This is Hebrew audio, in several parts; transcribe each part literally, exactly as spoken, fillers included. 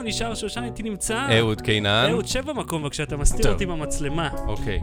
נשאר שושן, איתי נמצא. אהוד קינן. אהוד, שב במקום, בבקשה, אתה מסתיר אותי במצלמה. אוקיי.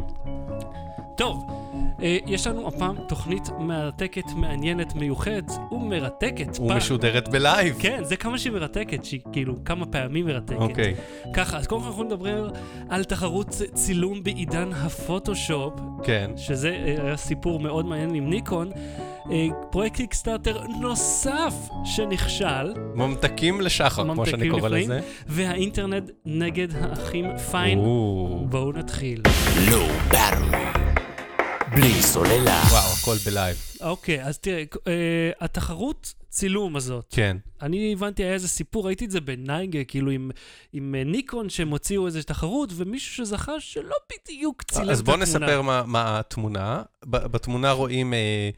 טוב, יש לנו הפעם תוכנית מרתקת, מעניינת, מיוחדת ומרתקת. ומשודרת בלייב. כן, זה כמה שהיא מרתקת, שהיא כאילו כמה פעמים מרתקת. אוקיי. ככה, אז קודם כל אנחנו נדבר על תחרות צילום בעידן הפוטושופ. כן. שזה היה סיפור מאוד מעניין עם ניקון. פרויקט קיקסטארטר נוסף שנכשל. ממתקים לשחר, כמו שאני קורא לזה. והאינטרנט נגד האחים פיין. בואו נתחיל. לא ברור. בלי סוללה. וואו, הכל בלייב. אוקיי, אז תראה, התחרות צילום הזאת. כן. אני הבנתי, היה איזה סיפור, ראיתי את זה בנייגה, כאילו עם, עם ניקון שהם הוציאו איזו תחרות, ומישהו שזכה שלא בדיוק צילם את התמונה. אז בוא נספר מה, מה התמונה. בתמונה רואים...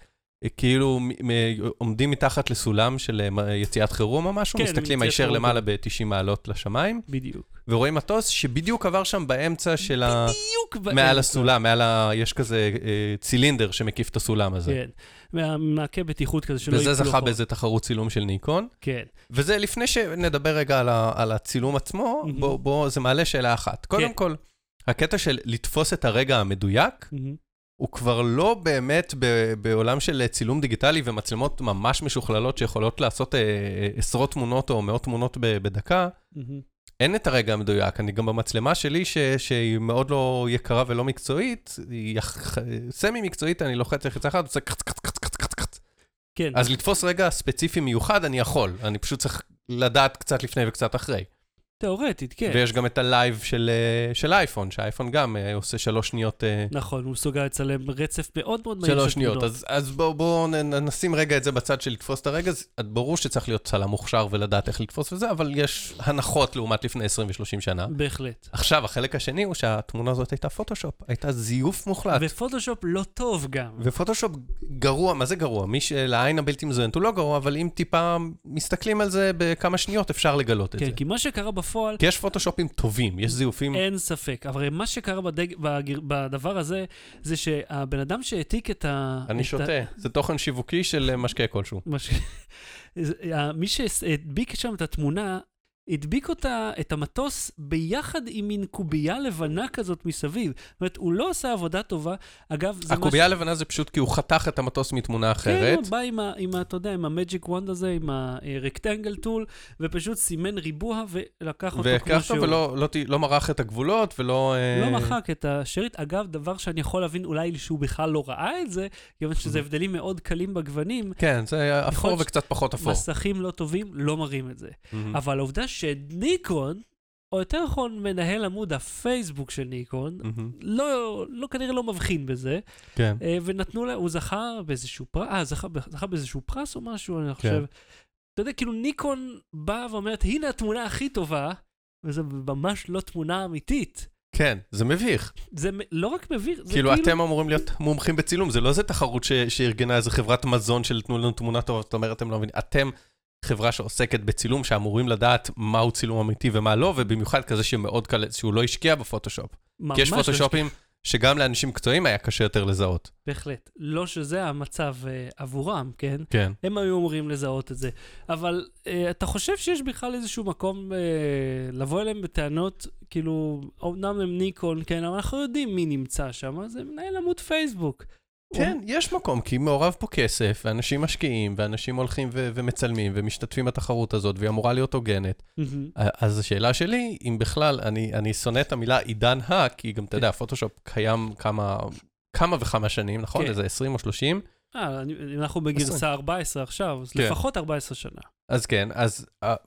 כאילו עומדים מתחת לסולם של יציאת חירום או משהו, מסתכלים הישר למעלה ב-תשעים מעלות לשמיים. בדיוק. ורואים מטוס שבדיוק עבר שם באמצע של ה... בדיוק באמצע. מעל הסולם, מעל ה... יש כזה צילינדר שמקיף את הסולם הזה. כן. ומעקה בטיחות כזה שלא וזה זכה באיזה תחרות צילום של ניקון. כן. וזה לפני שנדבר רגע על הצילום עצמו, בוא, זה מעלה שאלה אחת. קודם כל, הקטע של לתפוס את הרגע המדויק, הוא כבר לא באמת בעולם של צילום דיגיטלי ומצלמות ממש משוכללות שיכולות לעשות עשרות תמונות או מאות תמונות בדקה. אין את הרגע המדויק. אני גם במצלמה שלי שהיא מאוד לא יקרה ולא מקצועית, היא סמי מקצועית, אני לוחץ לחיצה אחת, עושה קט קט קט קט קט קט. כן. אז לתפוס רגע ספציפי מיוחד אני יכול. אני פשוט צריך לדעת קצת לפני וקצת אחרי. תיאורטית, כן. ויש גם את הלייב של, של אייפון, שהאייפון גם עושה שלוש שניות. נכון, הוא סוגר לצלם רצף מאוד מאוד מהיר. שלוש שניות, אז, אז בואו בוא נשים רגע את זה בצד של לתפוס את הרגע, אז ברור שצריך להיות צלם מוכשר ולדעת איך לתפוס וזה, אבל יש הנחות לעומת לפני עשרים ושלושים שנה. בהחלט. עכשיו, החלק השני הוא שהתמונה הזאת הייתה פוטושופ, הייתה זיוף מוחלט. ופוטושופ לא טוב גם. ופוטושופ גרוע, מה זה גרוע? מי שלעין הבלתי מזוינת הוא לא גרוע, אבל אם טיפה מסתכלים על זה בכמה שניות אפשר לגלות את כן, זה. כי מה שקרה בפועל... כי יש פוטושופים טובים, יש זיופים... אין ספק, אבל מה שקרה בדג... בדבר הזה, זה שהבן אדם שהעתיק את ה... אני שותה, זה תוכן שיווקי של משקה כלשהו. מי שהדביק שם את התמונה, הדביק אותה, את המטוס, ביחד עם מין קובייה לבנה כזאת מסביב. זאת אומרת, הוא לא עושה עבודה טובה. אגב, זה הקובייה הלבנה זה פשוט כי הוא חתך את המטוס מתמונה אחרת. כן, הוא בא עם, ה, עם ה, אתה יודע, עם המג'יק וונד הזה, עם הרקטנגל טול, ופשוט סימן ריבוע ולקח אותו כמו שהוא. ולא לא, לא מרח את הגבולות ולא... לא מחק את השריט. אגב, דבר שאני יכול להבין אולי שהוא בכלל לא ראה את זה, כיוון שזה הבדלים מאוד קלים בגוונים. כן, זה אפור וקצת פחות אפור. מסכים לא טובים לא מראים את זה. אבל העובדה שניקון, או יותר נכון מנהל עמוד הפייסבוק של ניקון, mm-hmm. לא, לא, כנראה לא מבחין בזה, כן. ונתנו לה, הוא זכה באיזשהו פרס, אה, זכה, זכה באיזשהו פרס או משהו, אני חושב. כן. אתה יודע, כאילו ניקון בא ואומרת, הנה התמונה הכי טובה, וזה ממש לא תמונה אמיתית. כן, זה מביך. זה לא רק מביך, זה כאילו... כאילו אתם אמורים להיות מומחים בצילום, זה לא איזה תחרות ש, שארגנה איזה חברת מזון של תנו לנו תמונה טובה, זאת אומרת, אתם לא מבינים, אתם... חברה שעוסקת בצילום, שאמורים לדעת מהו צילום אמיתי ומה לא, ובמיוחד כזה שמאוד קל, שהוא לא השקיע בפוטושופ. כי יש פוטושופים שגם לאנשים מקצועיים היה קשה יותר לזהות. בהחלט. לא שזה המצב uh, עבורם, כן? כן. הם היו אמורים לזהות את זה. אבל uh, אתה חושב שיש בכלל איזשהו מקום uh, לבוא אליהם בטענות, כאילו, אומנם הם ניקון, כן, אבל אנחנו יודעים מי נמצא שם, זה מנהל עמוד פייסבוק. כן, יש מקום, כי מעורב פה כסף, ואנשים משקיעים, ואנשים הולכים ו- ומצלמים, ומשתתפים בתחרות הזאת, והיא אמורה להיות הוגנת. אז השאלה שלי, אם בכלל, אני, אני שונא את המילה עידן ה, כי גם, אתה יודע, פוטושופ קיים כמה, כמה וכמה שנים, נכון? איזה עשרים או שלושים? אה, אנחנו בגרסה ארבע עשרה עכשיו, אז לפחות ארבע עשרה שנה. אז כן, אז,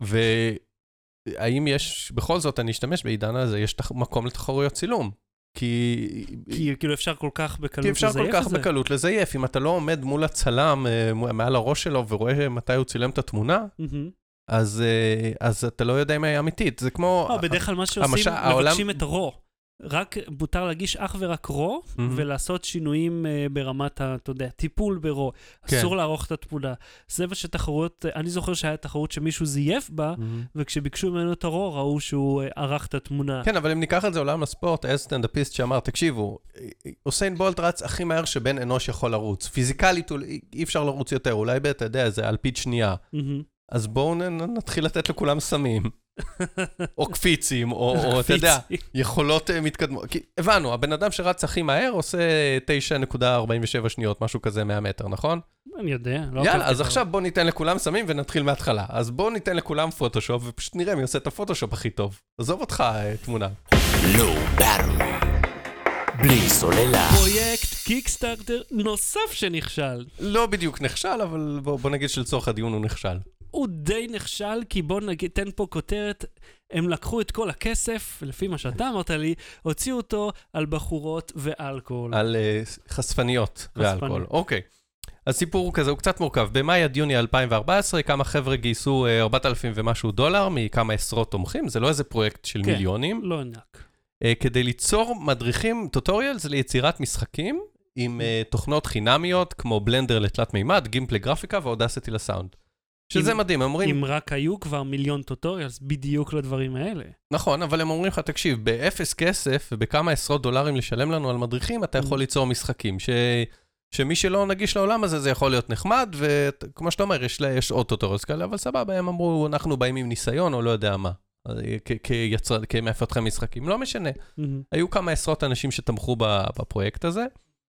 והאם יש, בכל זאת, אני אשתמש בעידן הזה, יש מקום לתחרויות צילום? כי... כי כאילו אפשר כל כך בקלות לזייף את זה. כי אפשר כל כך בקלות לזייף. אם אתה לא עומד מול הצלם, מעל הראש שלו, ורואה מתי הוא צילם את התמונה, אז, אז אתה לא יודע אם היא אמיתית. זה כמו... בדרך כלל מה שעושים, מבקשים את הרו. רק מותר להגיש אך ורק רו, mm-hmm. ולעשות שינויים uh, ברמת, אתה יודע, טיפול ברו. כן. אסור לערוך את התמונה. זה מה שתחרות, אני זוכר שהיה תחרות שמישהו זייף בה, mm-hmm. וכשביקשו ממנו את הרו, ראו שהוא uh, ערך את התמונה. כן, אבל אם ניקח את זה עולם הספורט, היה סטנדאפיסט שאמר, תקשיבו, אוסיין בולט רץ הכי מהר שבן אנוש יכול לרוץ. פיזיקלית אי אפשר לרוץ יותר, אולי אתה יודע, זה אלפית שנייה. Mm-hmm. אז בואו נתחיל לתת לכולם סמים. או קפיצים, או, אתה יודע, יכולות מתקדמות. כי הבנו, הבן אדם שרץ הכי מהר עושה תשע נקודה ארבעים ושבע שניות, משהו כזה מאה מטר, נכון? אני יודע. יאללה, אז עכשיו בוא ניתן לכולם סמים ונתחיל מההתחלה. אז בוא ניתן לכולם פוטושופ, ופשוט נראה מי עושה את הפוטושופ הכי טוב. עזוב אותך, תמונה. Low Battery. בלי סוללה. פרויקט קיקסטארטר נוסף שנכשל. לא בדיוק נכשל, אבל בוא, בוא נגיד שלצורך הדיון הוא נכשל. הוא די נכשל, כי בוא נגיד, תן פה כותרת, הם לקחו את כל הכסף, לפי מה שאתה אמרת לי, הוציאו אותו על בחורות ואלכוהול. על uh, חשפניות ואלכוהול. אוקיי. הסיפור הוא כזה, הוא קצת מורכב. במאי עד יוני אלפיים וארבע עשרה, כמה חבר'ה גייסו uh, ארבעת אלפים ומשהו דולר, מכמה עשרות תומכים, זה לא איזה פרויקט של כן, מיליונים. לא ענק. Uh, כדי ליצור מדריכים, טוטוריאלס ליצירת משחקים, עם uh, תוכנות חינמיות, כמו בלנדר לתלת מימד, גימפלי גרפיקה ואודסיטי לסאונד. שזה מדהים, הם אומרים... אם רק היו כבר מיליון טוטוריאלס, בדיוק לדברים האלה. נכון, אבל הם אומרים לך, תקשיב, באפס כסף ובכמה עשרות דולרים לשלם לנו על מדריכים, אתה יכול ליצור משחקים, ש... שמי שלא נגיש לעולם הזה, זה יכול להיות נחמד, וכמו שאתה אומר, יש, יש עוד טוטוריאלס כאלה, אבל סבבה, הם אמרו, אנחנו באים עם ניסיון, או לא יודע מה, כיצר... כמפתחי משחקים, לא משנה. היו כמה עשרות אנשים שתמכו בפרויקט הזה,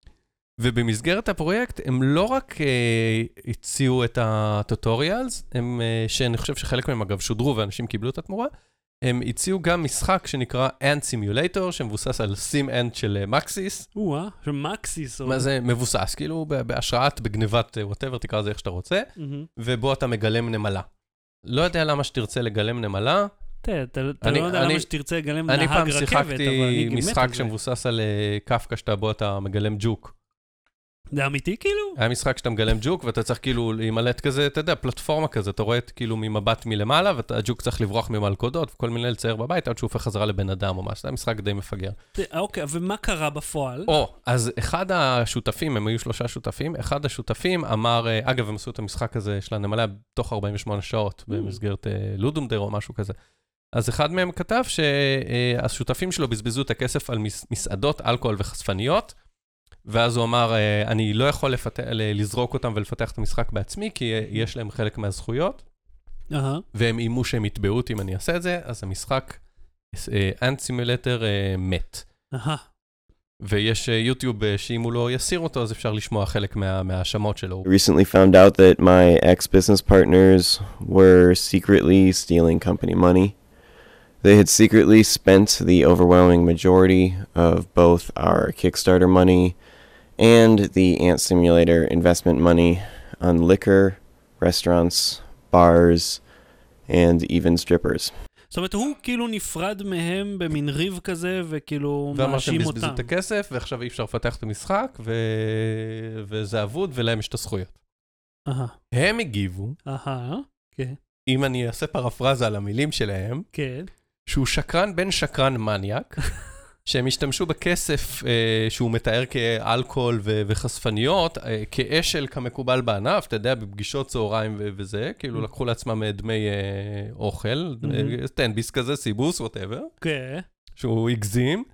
ובמסגרת הפרויקט הם לא רק אה, הציעו את הטוטוריאלס, הם, אה, שאני חושב שחלק מהם אגב שודרו ואנשים קיבלו את התמורה, הם הציעו גם משחק שנקרא Ant Simulator, שמבוסס על Sim Ant של מקסיס. או-אה, של מקסיס. מה זה מבוסס? כאילו בהשראת, בגניבת whatever, תקרא לזה איך שאתה רוצה, mm-hmm. ובו אתה מגלם נמלה. לא יודע למה שתרצה לגלם נמלה. אתה, אתה, אתה לא יודע למה שתרצה לגלם נהג רכבת, אבל אני שיחקתי משחק שמבוסס על קפקא, שאתה בו אתה מגלם ג'וק. זה אמיתי כאילו? היה משחק שאתה מגלם ג'וק, ואתה צריך כאילו להימלט כזה, אתה יודע, פלטפורמה כזה, אתה רואה כאילו ממבט מלמעלה, והג'וק צריך לברוח ממלכודות, וכל מיני לצייר בבית, עד שהוא הופך חזרה לבן אדם או משהו, זה היה משחק די מפגר. אוקיי, ומה קרה בפועל? או, אז אחד השותפים, הם היו שלושה שותפים, אחד השותפים אמר, אגב, הם עשו את המשחק הזה של הנמלה תוך ארבעים ושמונה שעות, במסגרת לודומדר או משהו כזה. אז אחד מהם כתב שהשותפים שלו בזבזו את הכסף על מסעדות, אלכוהול וחשפניות, ואז הוא אמר, אני לא יכול לפתח, לזרוק אותם ולפתח את המשחק בעצמי, כי יש להם חלק מהזכויות, uh-huh. והם אימו שהם יתבעו אותי אם אני אעשה את זה, אז המשחק, Ant Simulator מת. Uh-huh. ויש יוטיוב שאם הוא לא יסיר אותו, אז אפשר לשמוע חלק מה, מהאשמות שלו. I recently found out that my ex-business partners were secretly stealing company money. They had secretly spent the overwhelming majority of both our Kickstarter money and the Ant Simulator investment money on liquor, restaurants, bars, and even strippers. זאת אומרת, הוא כאילו נפרד מהם במין ריב כזה, וכאילו מאשים אותם. ואמר שהם בזבזו את הכסף, ועכשיו אי אפשר לפתח את המשחק, ו... וזה אבוד, ולהם יש את הזכויות. אהה. הם הגיבו, אהה, כן. אם אני אעשה פרפרזה על המילים שלהם, כן. שהוא שקרן בן שקרן מניאק, שהם השתמשו בכסף אה, שהוא מתאר כאלכוהול ו- וחשפניות, אה, כאשל כמקובל בענף, אתה יודע, בפגישות צהריים ו- וזה, כאילו mm-hmm. לקחו לעצמם דמי אה, אוכל, mm-hmm. טנביס כזה, סיבוס, whatever, כן. שהוא הגזים,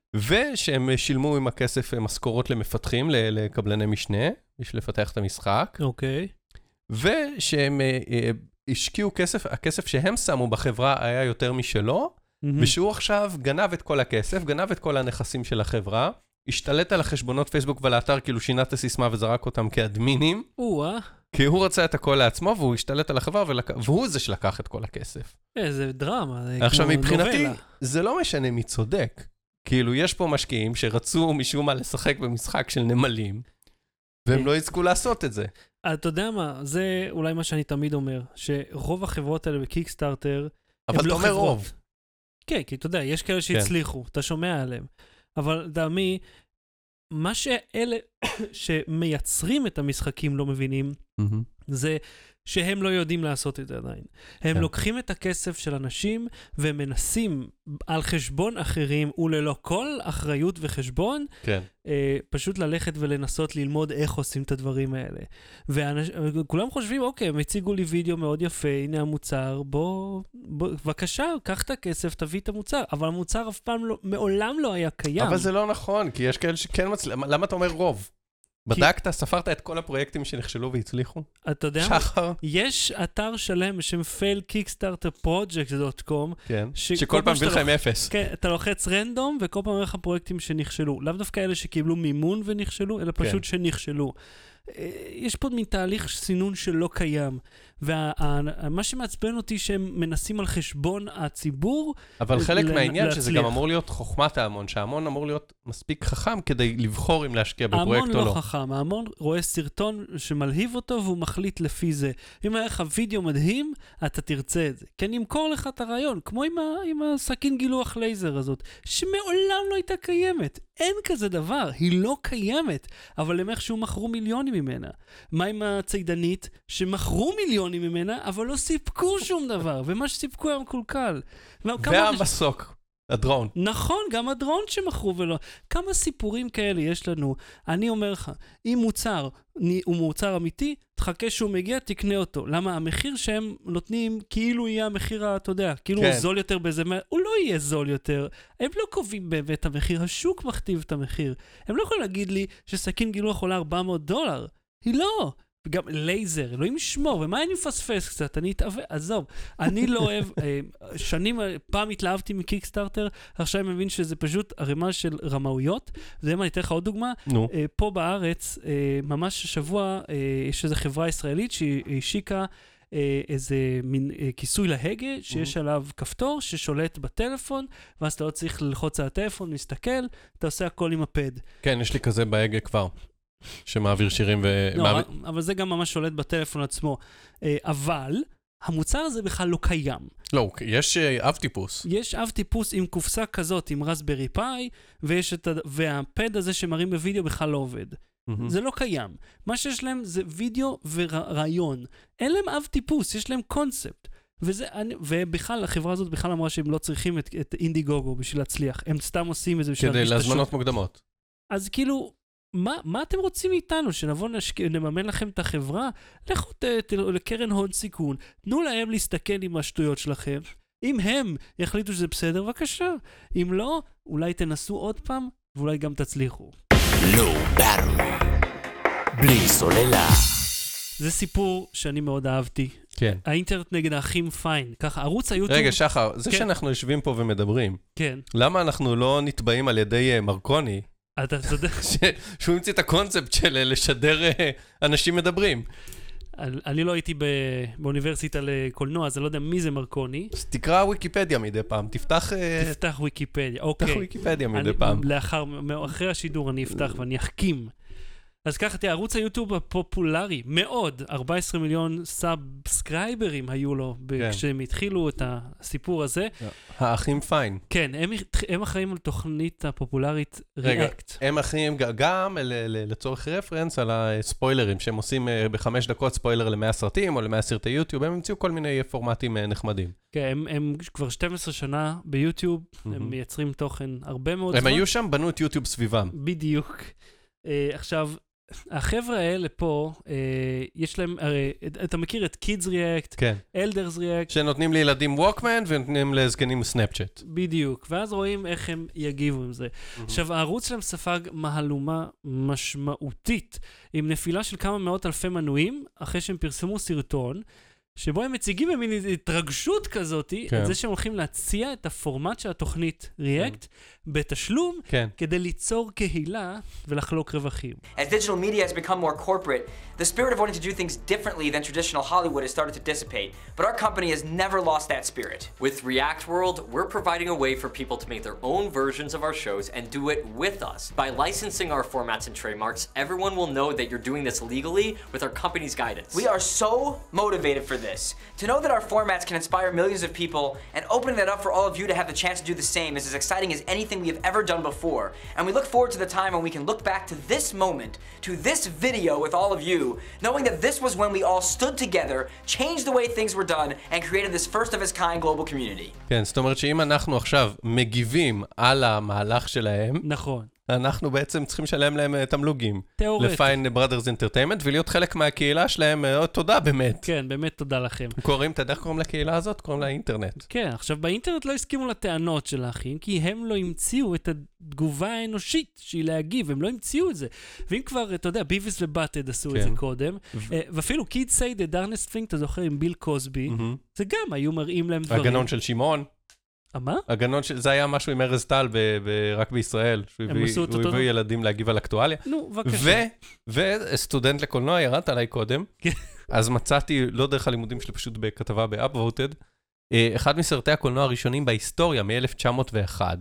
ושהם שילמו עם הכסף משכורות למפתחים, ל- לקבלני משנה, בשביל לפתח את המשחק. אוקיי. Okay. ושהם אה, אה, השקיעו כסף, הכסף שהם שמו בחברה היה יותר משלו, ושהוא עכשיו גנב את כל הכסף, גנב את כל הנכסים של החברה, השתלט על החשבונות פייסבוק ולאתר, כאילו שינה את הסיסמה וזרק אותם כאדמינים, כי הוא רצה את הכל לעצמו, והוא השתלט על החברה, והוא זה שלקח את כל הכסף. איזה דרמה, זה כמו נובלה. עכשיו מבחינתי, זה לא משנה מי צודק. כאילו, יש פה משקיעים שרצו משום מה לשחק במשחק של נמלים, והם לא יזכו לעשות את זה. אתה יודע מה, זה אולי מה שאני תמיד אומר, שרוב החברות האלה בקיקסטארטר, אבל אתה אומר רוב. כן, כי אתה יודע, יש כאלה שהצליחו, אתה שומע עליהם. אבל דעמי, מה שאלה שמייצרים את המשחקים לא מבינים, זה שהם לא יודעים לעשות את זה עדיין. הם לוקחים את הכסף של אנשים, ומנסים על חשבון אחרים, וללא כל אחריות וחשבון, פשוט ללכת ולנסות ללמוד איך עושים את הדברים האלה. וכולם חושבים, אוקיי, הם הציגו לי וידאו מאוד יפה, הנה המוצר, בוא, בבקשה, קח את הכסף, תביא את המוצר. אבל המוצר אף פעם לא, מעולם לא היה קיים. אבל זה לא נכון, כי יש כאלה שכן מצליח. למה אתה אומר רוב? בדקת, ספרת את כל הפרויקטים שנכשלו והצליחו? אתה יודע, שחר? יש אתר שלם בשם fail kickstarter project דוט קום, כן, שכל פעם מביא לך עם אפס. כן, אתה לוחץ רנדום, וכל פעם אומר לך פרויקטים שנכשלו. לאו דווקא אלה שקיבלו מימון ונכשלו, אלא פשוט שנכשלו. יש פה מין תהליך סינון שלא קיים, ומה שמעצבן אותי שהם מנסים על חשבון הציבור אבל חלק מהעניין שזה גם אמור להיות חוכמת ההמון, שההמון אמור להיות מספיק חכם כדי לבחור אם להשקיע בפרויקט או לא. ההמון לא חכם, ההמון רואה סרטון שמלהיב אותו והוא מחליט לפי זה. אם היה לך וידאו מדהים, אתה תרצה את זה. כן, ימכור לך את הרעיון, כמו עם, ה, עם הסכין גילוח לייזר הזאת, שמעולם לא הייתה קיימת. אין כזה דבר, היא לא קיימת, אבל הם איכשהו מכרו מיליונים ממנה. מה עם הציידנית שמכרו מיליונים ממנה, אבל לא סיפקו שום דבר, ומה שסיפקו היה מקולקל. והמסוק, הדרון. נכון, גם הדרון שמכרו ולא. כמה סיפורים כאלה יש לנו. אני אומר לך, אם מוצר הוא מוצר אמיתי, תחכה שהוא מגיע, תקנה אותו. למה? המחיר שהם נותנים כאילו יהיה המחיר, אתה יודע, כאילו הוא זול יותר באיזה, הוא לא יהיה זול יותר. הם לא קובעים באמת המחיר, השוק מכתיב את המחיר. הם לא יכולים להגיד לי שסכין גילוח עולה ארבע מאות דולר. היא לא. וגם לייזר, אלוהים ישמור, ומה אני מפספס קצת? אני אתאווה, עזוב, אני לא אוהב, שנים, פעם התלהבתי מקיקסטארטר, עכשיו אני מבין שזה פשוט הרמה של רמאויות, זה מה, אני אתן לך עוד דוגמה, פה בארץ, ממש השבוע, יש איזו חברה ישראלית שהשיקה איזה מין כיסוי להגה, שיש עליו כפתור ששולט בטלפון, ואז אתה לא צריך ללחוץ על הטלפון, להסתכל, אתה עושה הכל עם הפד. כן, יש לי כזה בהגה כבר. שמעביר שירים ו... לא, מעביר... אבל זה גם ממש שולט בטלפון עצמו. אבל המוצר הזה בכלל לא קיים. לא, יש אב טיפוס. יש אב טיפוס עם קופסה כזאת, עם רסברי פאי, ויש את ה... והפד הזה שמראים בווידאו בכלל לא עובד. Mm-hmm. זה לא קיים. מה שיש להם זה וידאו ורעיון. אין להם אב טיפוס, יש להם קונספט. וזה, ובכלל, החברה הזאת בכלל אמרה שהם לא צריכים את, את אינדיגוגו בשביל להצליח. הם סתם עושים איזה בשביל... כדי להזמנות מוקדמות. אז כאילו... מה, מה אתם רוצים מאיתנו? שנבוא נשק... נממן לכם את החברה? לכו ת... ת... לקרן הון סיכון, תנו להם להסתכל עם השטויות שלכם. אם הם יחליטו שזה בסדר, בבקשה. אם לא, אולי תנסו עוד פעם, ואולי גם תצליחו. Low Battery. בלי סוללה. זה סיפור שאני מאוד אהבתי. כן. האינטרנט נגד האחים פיין. ככה, ערוץ היוטיוב... רגע, שחר, זה כן. שאנחנו יושבים פה ומדברים. כן. למה אנחנו לא נתבעים על ידי uh, מרקוני? אתה יודע... שהוא המציא את הקונספט של לשדר אנשים מדברים. אני לא הייתי באוניברסיטה לקולנוע, אז אני לא יודע מי זה מרקוני. אז תקרא וויקיפדיה מדי פעם, תפתח... תפתח וויקיפדיה, אוקיי. תפתח וויקיפדיה מדי פעם. לאחר, אחרי השידור אני אפתח ואני אחכים. אז ככה, תראה, ערוץ היוטיוב הפופולרי, מאוד, ארבעה עשר מיליון סאבסקרייברים היו לו, כשהם התחילו את הסיפור הזה. האחים פיין. כן, הם אחראים על תוכנית הפופולרית ריאקט. הם אחראים גם לצורך רפרנס על הספוילרים, שהם עושים בחמש דקות ספוילר למאה סרטים או למאה סרטי יוטיוב, הם המציאו כל מיני פורמטים נחמדים. כן, הם כבר שתים עשרה שנה ביוטיוב, הם מייצרים תוכן הרבה מאוד... הם היו שם, בנו את יוטיוב סביבם. בדיוק. עכשיו... החבר'ה האלה פה, אה, יש להם, הרי, אתה מכיר את Kids React, כן. Elders React. שנותנים לילדים ווקמן ונותנים לזקנים סנאפצ'אט. בדיוק, ואז רואים איך הם יגיבו עם זה. Mm-hmm. עכשיו, הערוץ שלהם ספג מהלומה משמעותית, עם נפילה של כמה מאות אלפי מנויים, אחרי שהם פרסמו סרטון, שבו הם מציגים במין התרגשות כזאת, כן. את זה שהם הולכים להציע את הפורמט של התוכנית React, כן. בתשלום, כן. כדי ליצור קהילה ולחלוק רווחים. As digital media has become more corporate, the spirit of wanting to do things differently than traditional Hollywood has started to dissipate, but our company has never lost that spirit. With React World, we're providing a way for people to make their own versions of our shows and do it with us. By licensing our formats and trademarks, everyone will know that you're doing this legally with our company's guidance. We are so motivated for this. To know that our formats can inspire millions of people and opening that up for all of you to have the chance to do the same is as exciting as anything we have ever done before. And we look forward to the time when we can look back to this moment, to this video with all of you, knowing that this was when we all stood together, changed the way things were done, and created this first of its kind global community. כן, זאת אומרת שאם אנחנו עכשיו מגיבים על המהלך שלהם, נכון. אנחנו בעצם צריכים לשלם להם תמלוגים. תיאורטית. לפיין Brothers Entertainment, ולהיות חלק מהקהילה שלהם, תודה באמת. כן, באמת תודה לכם. קוראים, אתה יודע איך קוראים לקהילה הזאת? קוראים לה אינטרנט. כן, עכשיו באינטרנט לא הסכימו לטענות של האחים, כי הם לא המציאו את התגובה האנושית שהיא להגיב, הם לא המציאו את זה. ואם כבר, אתה יודע, ביביס ובאטד עשו את זה קודם, ואפילו Kids Say the Darnest Thing, אתה זוכר, עם ביל קוסבי, זה גם היו מראים להם דברים. הגנון של שמעון. מה? הגנון של... זה היה משהו עם ארז טל רק בישראל, שהוא הביא ילדים להגיב על אקטואליה. נו, בבקשה. וסטודנט לקולנוע, ירדת עליי קודם, אז מצאתי, לא דרך הלימודים שלי, פשוט בכתבה ב-Upvoted, אחד מסרטי הקולנוע הראשונים בהיסטוריה, מ-אלף תשע מאות ואחת,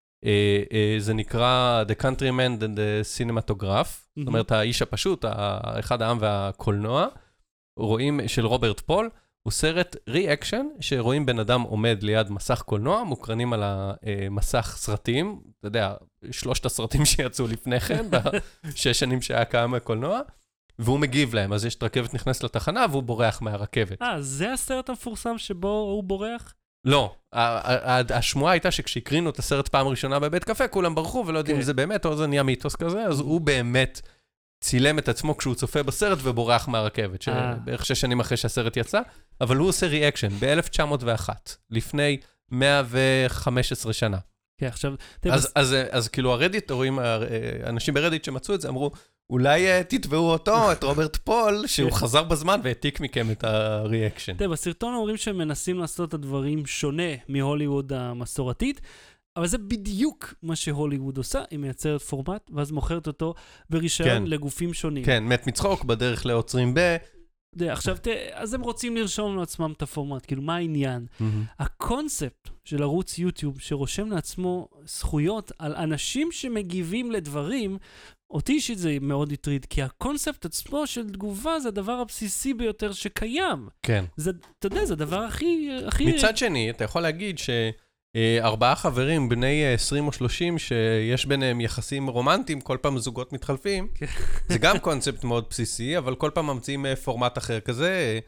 זה נקרא The Countryman and the Cinematograph, זאת אומרת, האיש הפשוט, אחד העם והקולנוע, רואים של רוברט פול, הוא סרט ריאקשן, שרואים בן אדם עומד ליד מסך קולנוע, מוקרנים על המסך סרטים, אתה יודע, שלושת הסרטים שיצאו לפני כן, בשש שנים שהיה קיים הקולנוע, והוא מגיב להם, אז יש את רכבת נכנסת לתחנה, והוא בורח מהרכבת. אה, זה הסרט המפורסם שבו הוא בורח? לא, השמועה הייתה שכשהקרינו את הסרט פעם ראשונה בבית קפה, כולם ברחו ולא יודעים אם זה באמת, או זה נהיה מיתוס כזה, אז הוא באמת צילם את עצמו כשהוא צופה בסרט ובורח מהרכבת, שבערך שש שנים אחרי שהסרט יצא, אבל הוא עושה ריאקשן ב-אלף תשע מאות ואחת, לפני מאה וחמש עשרה שנה. כן, עכשיו... אז כאילו הרדיטורים, אנשים ברדיט שמצאו את זה, אמרו, אולי תתבעו אותו, את רוברט פול, שהוא חזר בזמן והעתיק מכם את הריאקשן. תראה, בסרטון אומרים שהם מנסים לעשות את הדברים שונה מהוליווד המסורתית, אבל זה בדיוק מה שהוליווד עושה, היא מייצרת פורמט, ואז מוכרת אותו ברישיון לגופים שונים. כן, מת מצחוק, בדרך לעוצרים ב... עכשיו, אז הם רוצים לרשום לעצמם את הפורמט, כאילו, מה העניין? הקונספט של ערוץ יוטיוב, שרושם לעצמו זכויות על אנשים שמגיבים לדברים, אותי אישית זה מאוד הטריד, כי הקונספט עצמו של תגובה זה הדבר הבסיסי ביותר שקיים. כן. זה, אתה יודע, זה הדבר הכי... הכי... מצד שני, אתה יכול להגיד שארבעה חברים, בני עשרים או שלושים, שיש ביניהם יחסים רומנטיים, כל פעם זוגות מתחלפים, זה גם קונספט מאוד בסיסי, אבל כל פעם ממציאים פורמט אחר כזה,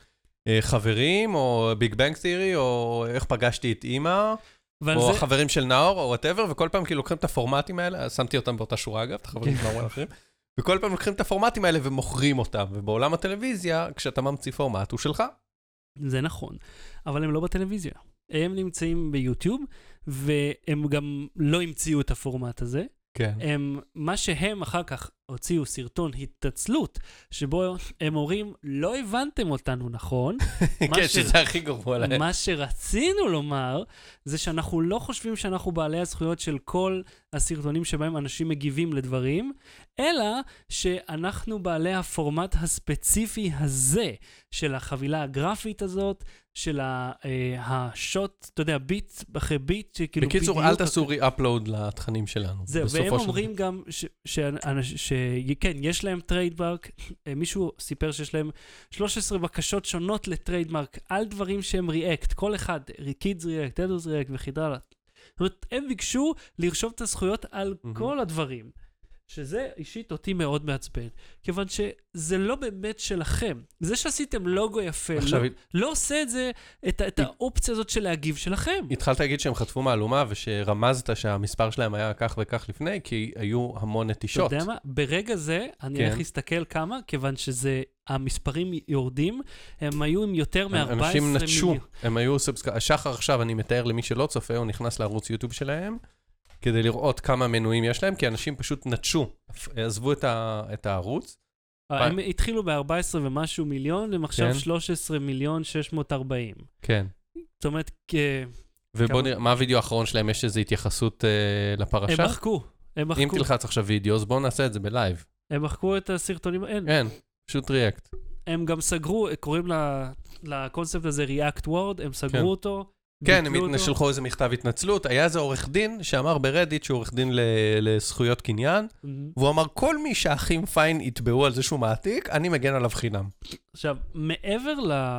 חברים, או ביג בנג תיאורי, או איך פגשתי את אמא, או זה... החברים של נאור, או whatever, וכל פעם כאילו לוקחים את הפורמטים האלה, שמתי אותם באותה שורה אגב, את החברים של נאור האחרים, וכל פעם לוקחים את הפורמטים האלה ומוכרים אותם, ובעולם הטלוויזיה, כשאתה ממציא פורמט, הוא שלך. זה נכון, אבל הם לא בטלוויזיה. הם נמצאים ביוטיוב, והם גם לא המציאו את הפורמט הזה. כן. הם, מה שהם אחר כך הוציאו סרטון התעצלות, שבו הם אומרים, לא הבנתם אותנו נכון. כן, שזה הכי גרוע להם. מה שרצינו לומר, זה שאנחנו לא חושבים שאנחנו בעלי הזכויות של כל הסרטונים שבהם אנשים מגיבים לדברים, אלא שאנחנו בעלי הפורמט הספציפי הזה, של החבילה הגרפית הזאת, של השוט, אתה יודע, ביט אחרי ביט. בקיצור, אל תעשו רי-אפלוד לתכנים שלנו. זהו, והם אומרים גם שכן, יש להם טריידמרק, מישהו סיפר שיש להם שלוש עשרה בקשות שונות לטריידמרק, על דברים שהם ריאקט, כל אחד, קידס ריאקט, אדוס ריאקט וחידרה. זאת אומרת, הם ביקשו לרשום את הזכויות על כל הדברים. שזה אישית אותי מאוד מעצבן, כיוון שזה לא באמת שלכם. זה שעשיתם לוגו יפה, לא, לא עושה את זה, את, את האופציה הזאת של להגיב שלכם. התחלת להגיד שהם חטפו מהלומה, ושרמזת שהמספר שלהם היה כך וכך לפני, כי היו המון נטישות. אתה יודע מה? ברגע זה, אני כן. הולך להסתכל כמה, כיוון שזה, המספרים יורדים, הם היו עם יותר מ-ארבע עשרה מיליון. אנשים נטשו, הם היו סובסקר... השחר עכשיו, אני מתאר למי שלא צופה, הוא נכנס לערוץ יוטיוב שלהם, כדי לראות כמה מנויים יש להם, כי אנשים פשוט נטשו, עזבו את, ה, את הערוץ. הם התחילו ב-ארבע עשרה ומשהו מיליון, הם עכשיו שלוש עשרה מיליון שש מאות וארבעים. כן. זאת אומרת, כ... ובוא נראה, מה הוידאו האחרון שלהם? יש איזו התייחסות לפרשה? הם מחקו, הם מחקו. אם תלחץ עכשיו וידאו, אז בואו נעשה את זה בלייב. הם מחקו את הסרטונים, אין. אין, פשוט ריאקט. הם גם סגרו, קוראים לקונספט הזה ריאקט וורד, הם סגרו אותו. כן, הם שלחו איזה מכתב התנצלות, היה איזה עורך דין שאמר ברדיט שהוא עורך דין לזכויות קניין, והוא אמר, כל מי שהאחים פיין יתבעו על זה שהוא מעתיק, אני מגן עליו חינם. עכשיו, מעבר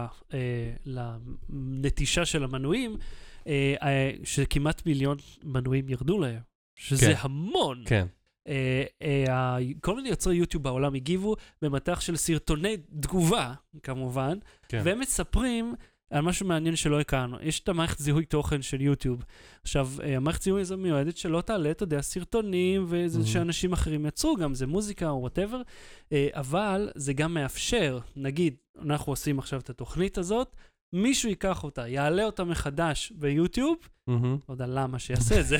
לנטישה של המנויים, שכמעט מיליון מנויים ירדו להם, שזה המון. כן. כל מיני יוצרי יוטיוב בעולם הגיבו במטח של סרטוני תגובה, כמובן, והם מספרים, על משהו מעניין שלא הכרנו. יש את המערכת זיהוי תוכן של יוטיוב. עכשיו, המערכת זיהוי הזו מיועדת שלא תעלה, אתה יודע, סרטונים, וזה שאנשים אחרים יצרו, גם זה מוזיקה או whatever, אבל זה גם מאפשר, נגיד, אנחנו עושים עכשיו את התוכנית הזאת, מישהו ייקח אותה, יעלה אותה מחדש ביוטיוב, לא יודע למה שיעשה את זה,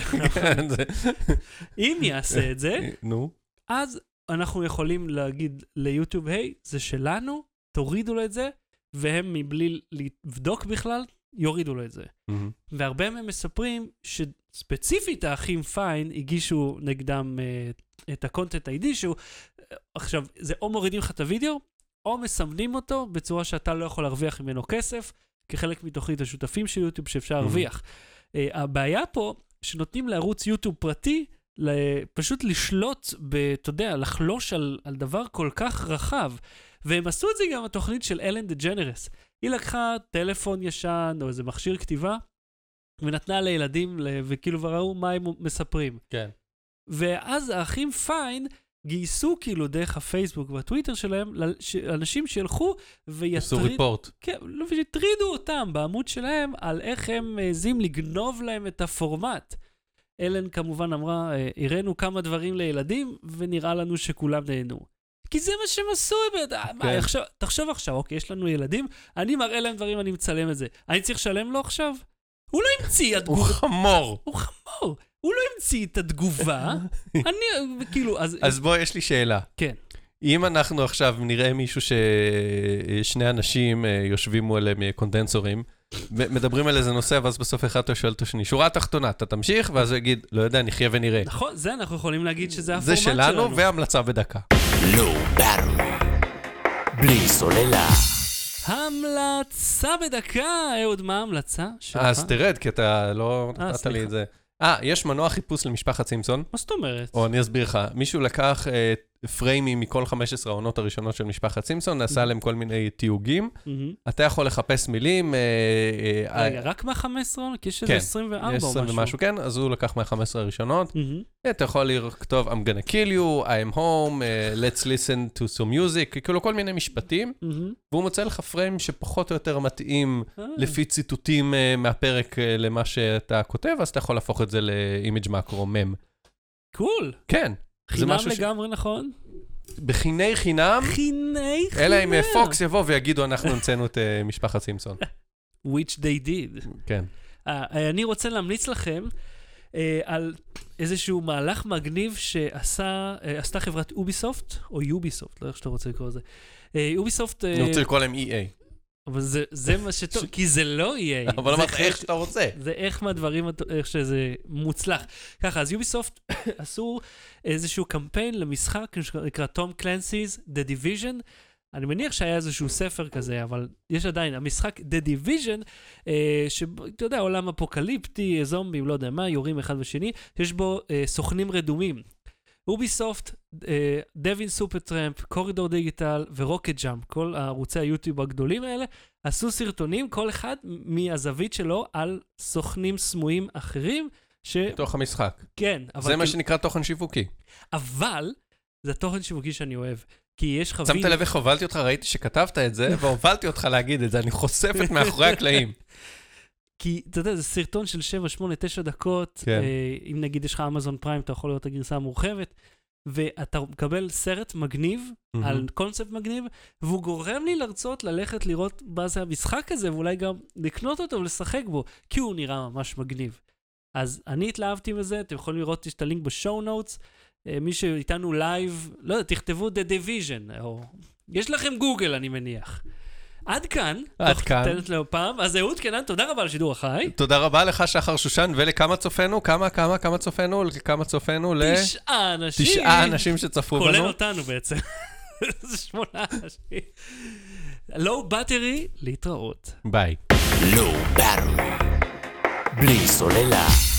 אם יעשה את זה, אז אנחנו יכולים להגיד ליוטיוב, היי, זה שלנו, תורידו לו את זה, והם מבלי לבדוק בכלל, יורידו לו את זה. והרבה מהם מספרים שספציפית האחים פיין הגישו נגדם את הקונטנט איי די, שהוא, עכשיו, זה או מורידים לך את הוידאו, או מסמנים אותו בצורה שאתה לא יכול להרוויח ממנו כסף, כחלק מתוכנית השותפים של יוטיוב שאפשר להרוויח. הבעיה פה, שנותנים לערוץ יוטיוב פרטי, פשוט לשלוט, אתה יודע, לחלוש על, על דבר כל כך רחב. והם עשו את זה גם התוכנית של אלן דה ג'נרס. היא לקחה טלפון ישן או איזה מכשיר כתיבה, ונתנה לילדים, וכאילו וראו מה הם מספרים. כן. ואז האחים פיין גייסו כאילו דרך הפייסבוק והטוויטר שלהם, אנשים שילכו ויטריד... עשו ריפורט. כן, ויטרידו אותם בעמוד שלהם, על איך הם מעזים לגנוב להם את הפורמט. אלן כמובן אמרה, הראינו כמה דברים לילדים, ונראה לנו שכולם נהנו. כי זה מה שהם עשו, כן. עכשיו, תחשוב עכשיו, אוקיי, יש לנו ילדים, אני מראה להם דברים, אני מצלם את זה. אני צריך לשלם לו עכשיו? הוא לא המציא את התגובה. הוא חמור. הוא חמור. הוא לא המציא את התגובה. אני, כאילו, אז... אז בוא, יש לי שאלה. כן. אם אנחנו עכשיו נראה מישהו ששני אנשים יושבים מולהם קונדנסורים, מדברים על איזה נושא, ואז בסוף אחד אתה שואל את השני, שורה התחתונה, אתה תמשיך, ואז הוא יגיד, לא יודע, נחיה ונראה. נכון, זה אנחנו יכולים להגיד שזה הפורמט שלנו. זה שלנו, והמלצה בדקה. לא ברור. בלי סוללה. המלצה בדקה, אהוד, מה ההמלצה שלך? אז תרד, כי אתה לא נתת לי את זה. אה, יש מנוע חיפוש למשפחת סימפסון. מה זאת אומרת? או אני אסביר לך, מישהו לקח פריימים מכל חמש עשרה העונות הראשונות של משפחת סימפסון, נעשה להם כל מיני תיוגים, אתה יכול לחפש מילים. רגע, רק מה-חמש עשרה עונות? כי יש איזה עשרים וארבע או משהו. עשרים ומשהו, כן, אז הוא לקח מה-חמש עשרה הראשונות. אתה יכול לכתוב, I'm gonna kill you, I am home, let's listen to some music, כאילו כל מיני משפטים, והוא מוצא לך פריים שפחות או יותר מתאים לפי ציטוטים מהפרק למה שאתה כותב, אז אתה יכול להפוך את זה לאימג' מקרו מם. קול. כן. חינם לגמרי, נכון? בחיני חינם. חיני חינם. אלא אם פוקס יבוא ויגידו, אנחנו המצאנו את משפחת סימפסון. Which they did. כן. אני רוצה להמליץ לכם על איזשהו מהלך מגניב שעשתה חברת אוביסופט, או יוביסופט, לא איך שאתה רוצה לקרוא לזה. אוביסופט... אני רוצה לקרוא להם אי איי. אבל זה, זה מה שטוב, כי זה לא יהיה. אבל אמרת איך שאתה רוצה. זה איך מהדברים, איך שזה מוצלח. ככה, אז יוביסופט עשו איזשהו קמפיין למשחק, נקרא תום קלנסי's The Division. אני מניח שהיה איזשהו ספר כזה, אבל יש עדיין, המשחק The Division, אה, שאתה יודע, עולם אפוקליפטי, זומבים, לא יודע מה, יורים אחד ושני, יש בו אה, סוכנים רדומים. אוביסופט, דווין סופרטרמפ, קורידור דיגיטל ורוקט ג'אמפ, כל הערוצי היוטיוב הגדולים האלה, עשו סרטונים, כל אחד מהזווית שלו, על סוכנים סמויים אחרים. ש... בתוך המשחק. כן. אבל זה מה שנקרא תוכן שיווקי. אבל, זה תוכן שיווקי שאני אוהב. כי יש חווים... שמת לב איך הובלתי אותך, ראיתי שכתבת את זה, והובלתי אותך להגיד את זה, אני חושפת מאחורי הקלעים. כי, אתה יודע, זה סרטון של שבע, שמונה, תשע דקות, כן. אה, אם נגיד יש לך אמזון פריים, אתה יכול לראות את הגרסה המורחבת, ואתה מקבל סרט מגניב, mm-hmm. על קונספט מגניב, והוא גורם לי לרצות ללכת לראות מה זה המשחק הזה, ואולי גם לקנות אותו ולשחק בו, כי הוא נראה ממש מגניב. אז אני התלהבתי מזה, אתם יכולים לראות, יש את הלינק בשואו נוטס, אה, מי שאיתנו לייב, לא יודע, תכתבו The Division, או... יש לכם גוגל, אני מניח. עד כאן, עד כאן. תנת לו פעם. אז אהוד קנן, תודה רבה על שידור החי. תודה רבה לך שחר שושן, ולכמה צופנו? כמה, כמה, כמה צופנו? לכמה צופנו? תשעה אנשים. תשעה אנשים שצפו בנו. כולל אותנו בעצם. זה שמונה אנשים. לואו בטרי, להתראות. ביי. לואו בטרי. בלי סוללה.